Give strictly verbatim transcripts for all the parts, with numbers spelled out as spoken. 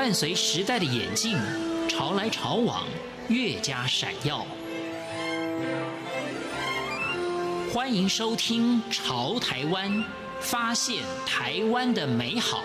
伴随时代的演进，潮来潮往，越加闪耀。欢迎收听《潮台湾》，发现台湾的美好。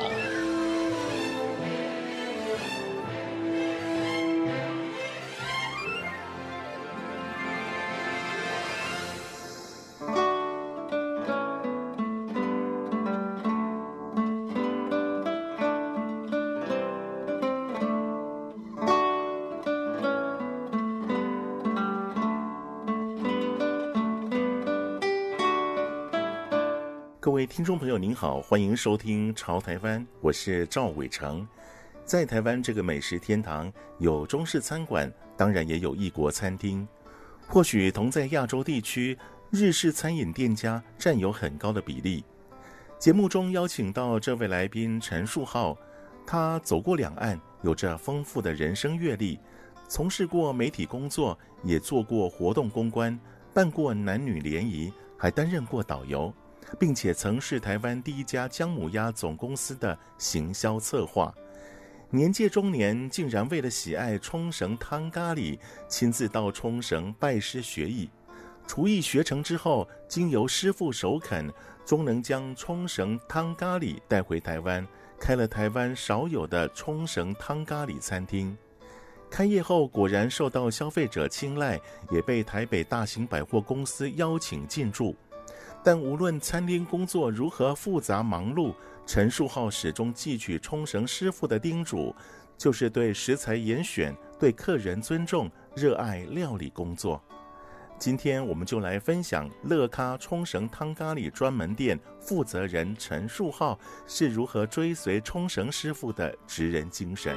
各位听众朋友您好，欢迎收听潮台湾，我是赵伟成。在台湾这个美食天堂，有中式餐馆，当然也有异国餐厅。或许同在亚洲地区，日式餐饮店家占有很高的比例。节目中邀请到这位来宾陈树浩，他走过两岸，有着丰富的人生阅历，从事过媒体工作，也做过活动公关，办过男女联谊，还担任过导游，并且曾是台湾第一家姜母鸭总公司的行销策划。年届中年，竟然为了喜爱冲绳汤咖喱，亲自到冲绳拜师学艺。厨艺学成之后，经由师傅首肯，终能将冲绳汤咖喱带回台湾，开了台湾少有的冲绳汤咖喱餐厅。开业后果然受到消费者青睐，也被台北大型百货公司邀请进驻。但无论餐厅工作如何复杂忙碌，陈树浩始终记取冲绳师傅的叮嘱，就是对食材严选，对客人尊重，热爱料理工作。今天我们就来分享乐咖冲绳汤咖喱专门店负责人陈树浩是如何追随冲绳师傅的职人精神。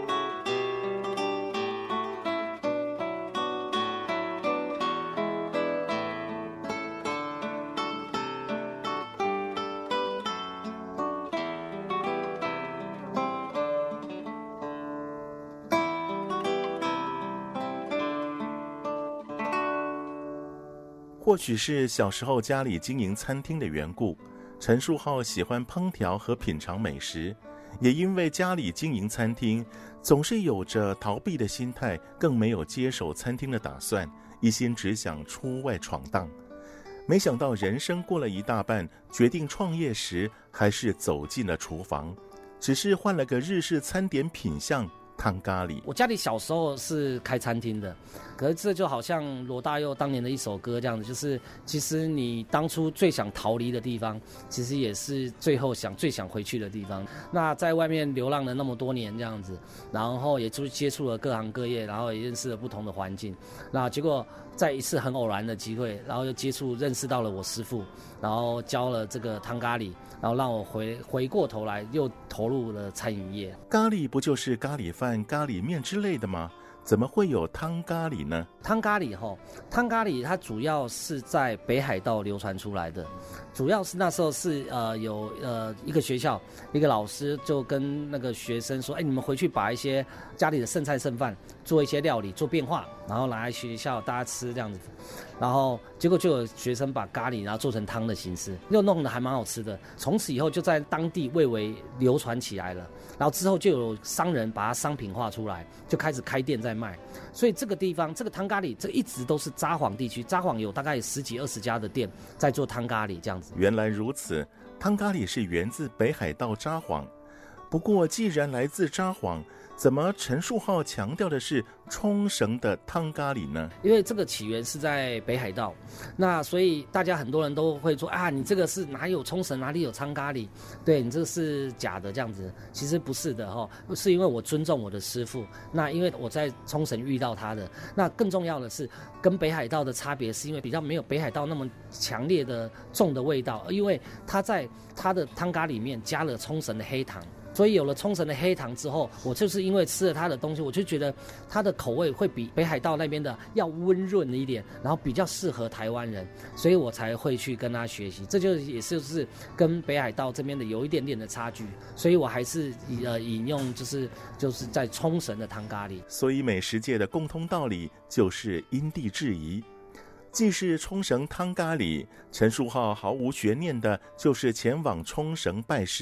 或许是小时候家里经营餐厅的缘故，陈树浩喜欢烹调和品尝美食，也因为家里经营餐厅，总是有着逃避的心态，更没有接手餐厅的打算，一心只想出外闯荡。没想到人生过了一大半，决定创业时，还是走进了厨房，只是换了个日式餐点品项汤咖喱。 我家里小时候是开餐厅的，可是这就好像罗大佑当年的一首歌这样子，就是其实你当初最想逃离的地方，其实也是最后想最想回去的地方。那在外面流浪了那么多年这样子，然后也就接触了各行各业，然后也认识了不同的环境。那结果在一次很偶然的机会，然后又接触认识到了我师父，然后教了这个汤咖喱，然后让我回回过头来又投入了餐饮业。 咖喱不就是咖喱饭、咖喱面之类的吗？怎么会有汤咖喱呢？ 汤咖喱吼，汤咖喱它主要是在北海道流传出来的，主要是那时候是呃有呃一个学校一个老师就跟那个学生说，哎，你们回去把一些家里的剩菜剩饭做一些料理做变化，然后拿来学校大家吃这样子，然后结果就有学生把咖喱然后做成汤的形式，又弄得还蛮好吃的，从此以后就在当地蔚为流传起来了。然后之后就有商人把它商品化出来，就开始开店在卖。所以这个地方这个汤咖喱这一直都是札幌地区，札幌有大概有十几二十家的店在做汤咖喱这样子。 原来如此，汤咖喱是源自北海道札幌。不过既然来自札幌，怎么陈树浩强调的是冲绳的汤咖喱呢？ 因为这个起源是在北海道，那所以大家很多人都会说啊，你这个是哪有冲绳哪里有汤咖喱？对，你这个是假的这样子。其实不是的哈、哦，是因为我尊重我的师父。那因为我在冲绳遇到他的，那更重要的是跟北海道的差别是因为比较没有北海道那么强烈的重的味道，因为他在他的汤咖里面加了冲绳的黑糖。所以有了冲绳的黑糖之后，我就是因为吃了它的东西，我就觉得它的口味会比北海道那边的要温润一点，然后比较适合台湾人，所以我才会去跟他学习。这就也是就是跟北海道这边的有一点点的差距，所以我还是呃引用就是就是在冲绳的汤咖喱。 所以美食界的共通道理就是因地制宜。既是冲绳汤咖喱，陈树浩毫无悬念的就是前往冲绳拜师。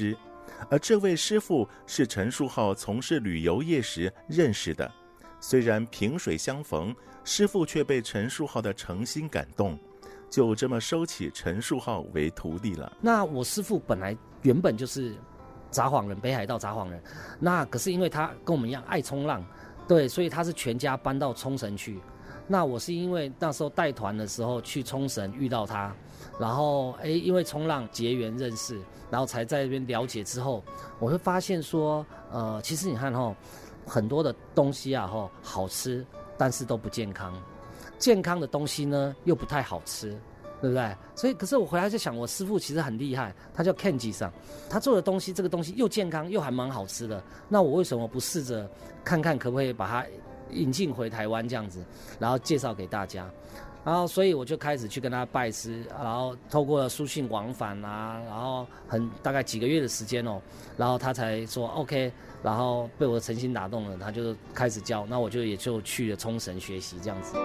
而这位师傅是陈树浩从事旅游业时认识的。虽然萍水相逢，师傅却被陈树浩的诚心感动，就这么收起陈树浩为徒弟了。 那我师傅本来原本就是札幌人，北海道札幌人，那可是因为他跟我们一样爱冲浪，对，所以他是全家搬到冲绳去。那我是因为那时候带团的时候去冲绳遇到他，然后哎，因为冲浪结缘认识，然后才在这边了解之后，我会发现说，呃，其实你看哈，很多的东西啊哈好吃，但是都不健康，健康的东西呢又不太好吃。对不对？所以，可是我回来就想，我师傅其实很厉害，他叫 Kenji 上，他做的东西，这个东西又健康又还蛮好吃的。那我为什么不试着看看可不可以把它引进回台湾这样子，然后介绍给大家？然后，所以我就开始去跟他拜师，然后透过书信往返啊，然后很大概几个月的时间哦，然后他才说 OK， 然后被我的诚心打动了，他就开始教，那我就也就去了冲绳学习这样子。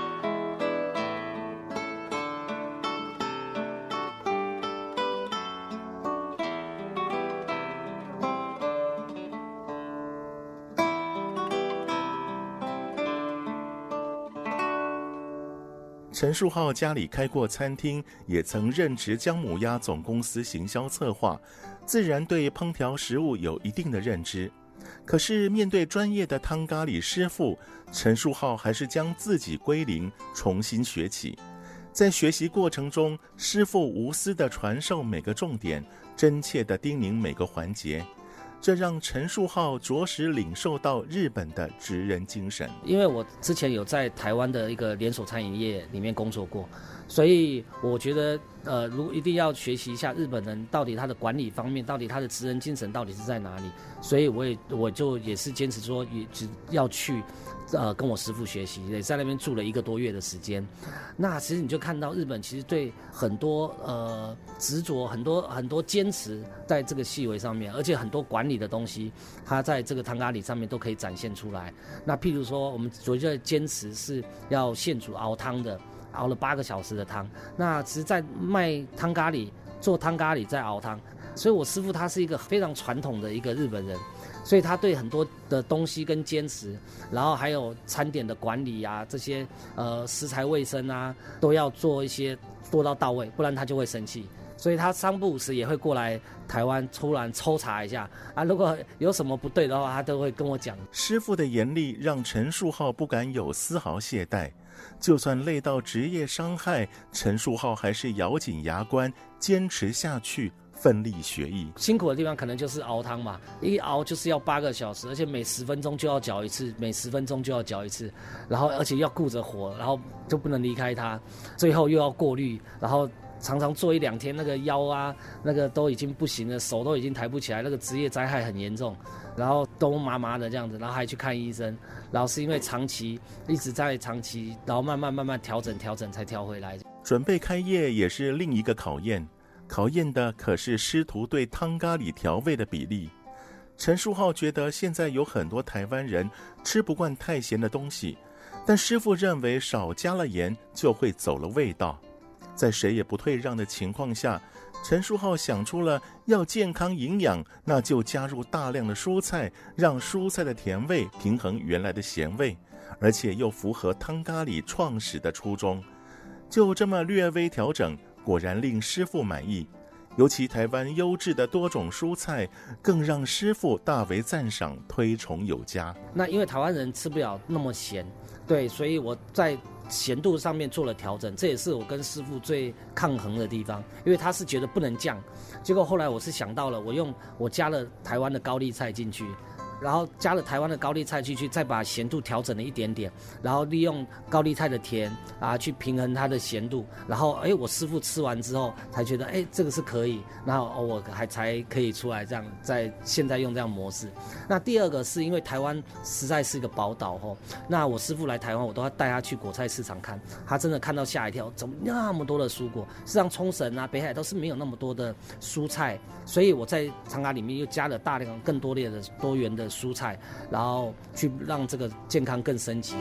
陈树浩家里开过餐厅，也曾任职姜母鸭总公司行销策划，自然对烹调食物有一定的认知。可是面对专业的汤咖喱师傅，陈树浩还是将自己归零，重新学起。在学习过程中，师傅无私地传授每个重点，真切地叮咛每个环节，这让陈树浩着实领受到日本的职人精神。 因为我之前有在台湾的一个连锁餐饮业里面工作过，所以我觉得呃，如一定要学习一下日本人到底他的管理方面，到底他的职人精神到底是在哪里。所以我也我就也是坚持说，也只要去呃跟我师父学习，也在那边住了一个多月的时间。那其实你就看到日本其实对很多呃执着，很多很多坚持在这个细微上面，而且很多管理的东西，它在这个汤咖喱上面都可以展现出来。那譬如说，我们所谓的坚持是要现煮熬汤的。熬了八个小时的汤，那其实在卖汤咖喱，做汤咖喱在熬汤，所以我师父他是一个非常传统的一个日本人，所以他对很多的东西跟坚持，然后还有餐点的管理啊，这些呃食材卫生啊，都要做一些做到到位，不然他就会生气。所以他三不五时也会过来台湾突然抽查一下啊，如果有什么不对的话，他都会跟我讲。 师父的严厉让陈树浩不敢有丝毫懈怠，就算累到职业伤害，陈树浩还是咬紧牙关坚持下去，奋力学艺。 辛苦的地方可能就是熬汤嘛，一熬就是要八个小时，而且每十分钟就要搅一次，每十分钟就要搅一次，然后而且要顾着火，然后就不能离开它，最后又要过滤，然后常常做一两天，那个腰啊，那个都已经不行了，手都已经抬不起来，那个职业灾害很严重，然后都麻麻的这样子，然后还去看医生，然后是因为长期一直在长期，然后慢慢慢慢调整调整才调回来。 准备开业也是另一个考验，考验的可是师徒对汤咖喱调味的比例。陈树浩觉得现在有很多台湾人吃不惯太咸的东西，但师父认为少加了盐就会走了味道。在谁也不退让的情况下，陈树浩想出了要健康营养，那就加入大量的蔬菜，让蔬菜的甜味平衡原来的咸味，而且又符合汤咖喱创始的初衷。就这么略微调整，果然令师父满意。尤其台湾优质的多种蔬菜，更让师父大为赞赏，推崇有加。 那因为台湾人吃不了那么咸，对，所以我在咸度上面做了调整，这也是我跟师父最抗衡的地方，因为他是觉得不能降，结果后来我是想到了，我用我加了台湾的高丽菜进去，然后加了台湾的高丽菜进去，再把咸度调整了一点点，然后利用高丽菜的甜啊去平衡它的咸度，然后哎我师父吃完之后才觉得哎这个是可以，然后、哦、我还才可以出来这样在现在用这样模式。那第二个是因为台湾实在是一个宝岛吼，那我师父来台湾我都要带他去果菜市场看，他真的看到吓一跳，怎么那么多的蔬果？事实上冲绳啊北海都是没有那么多的蔬菜，所以我在汤咖里面又加了大量更多列的多元的蔬菜，然后去让这个健康更升级。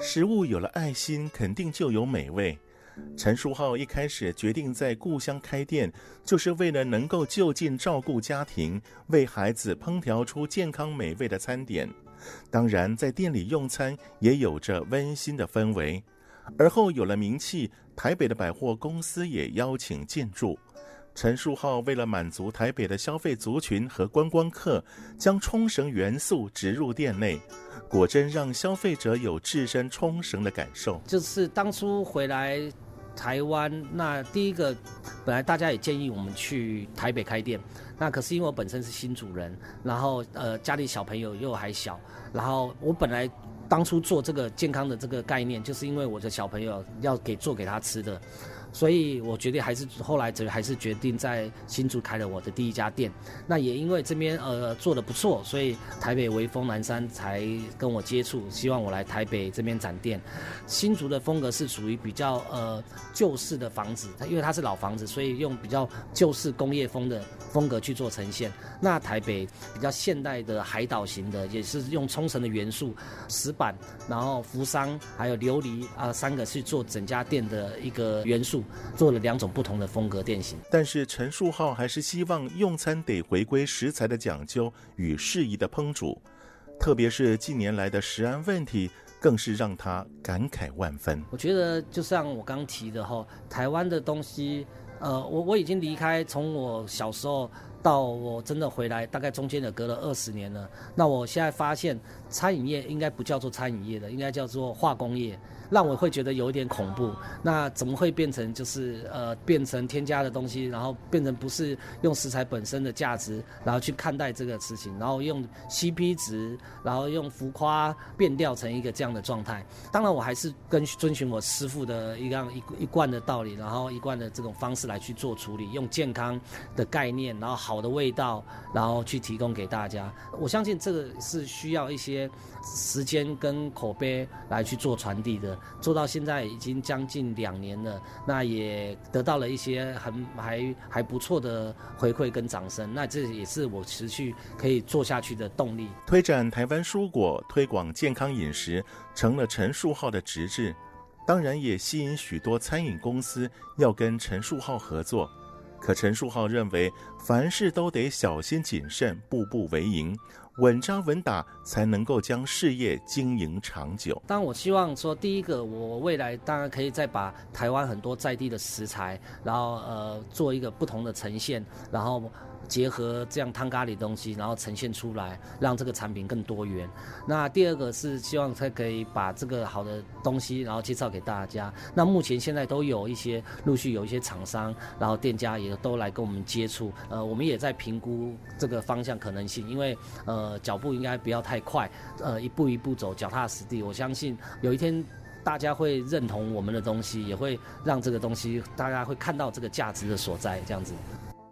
食物有了爱心，肯定就有美味。陈书浩一开始决定在故乡开店，就是为了能够就近照顾家庭，为孩子烹调出健康美味的餐点。当然，在店里用餐也有着温馨的氛围。而后有了名气，台北的百货公司也邀请进驻。陈书浩为了满足台北的消费族群和观光客，将冲绳元素植入店内，果真让消费者有置身冲绳的感受。 就是当初回来台湾，那第一个本来大家也建议我们去台北开店，那可是因为我本身是新竹人，然后呃家里小朋友又还小，然后我本来当初做这个健康的这个概念，就是因为我的小朋友要给做给他吃的，所以我决定还是后来还是决定在新竹开了我的第一家店。那也因为这边呃做得不错，所以台北微风南山才跟我接触，希望我来台北这边展店。新竹的风格是属于比较呃旧式的房子，因为它是老房子，所以用比较旧式工业风的风格去做呈现。那台北比较现代的海岛型的，也是用冲绳的元素，石板，然后扶桑还有琉璃啊、呃、三个去做整家店的一个元素。做了两种不同的风格店型， 但是陈书浩还是希望用餐得回归食材的讲究与适宜的烹煮，特别是近年来的食安问题，更是让他感慨万分。 我觉得就像我刚提的哈，台湾的东西，呃，我我已经离开，从我小时候到我真的回来，大概中间的隔了二十年了。那我现在发现，餐饮业应该不叫做餐饮业的，应该叫做化工业。让我会觉得有一点恐怖，那怎么会变成就是呃变成添加的东西，然后变成不是用食材本身的价值，然后去看待这个事情，然后用 C P 值，然后用浮夸变调成一个这样的状态。当然我还是跟遵循我师父的一样一一贯的道理，然后一贯的这种方式来去做处理，用健康的概念，然后好的味道，然后去提供给大家。我相信这个是需要一些时间跟口碑来去做传递的。做到现在已经将近两年了，那也得到了一些很还还不错的回馈跟掌声，那这也是我持续可以做下去的动力。 推展台湾蔬果，推广健康饮食，成了陈书浩的职志，当然也吸引许多餐饮公司要跟陈书浩合作。可陈书浩认为，凡事都得小心谨慎，步步为营，稳扎稳打，才能够将事业经营长久。 当然我希望说，第一个我未来当然可以再把台湾很多在地的食材，然后呃做一个不同的呈现，然后结合这样汤咖喱的东西，然后呈现出来，让这个产品更多元。那第二个是希望才可以把这个好的东西，然后介绍给大家。那目前现在都有一些陆续有一些厂商，然后店家也都来跟我们接触，呃，我们也在评估这个方向可能性，因为呃脚步应该不要太快，呃一步一步走，脚踏实地。我相信有一天大家会认同我们的东西，也会让这个东西大家会看到这个价值的所在，这样子。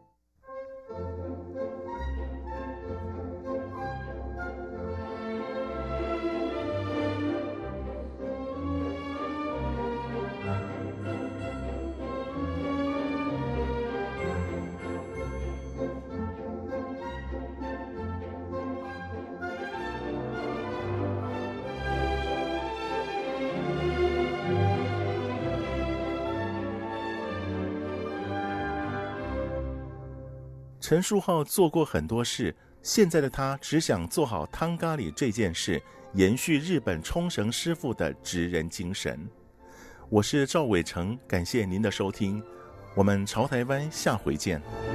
陈书浩做过很多事，现在的他只想做好汤咖喱这件事，延续日本冲绳师傅的职人精神。我是赵伟成，感谢您的收听，我们潮台湾下回见。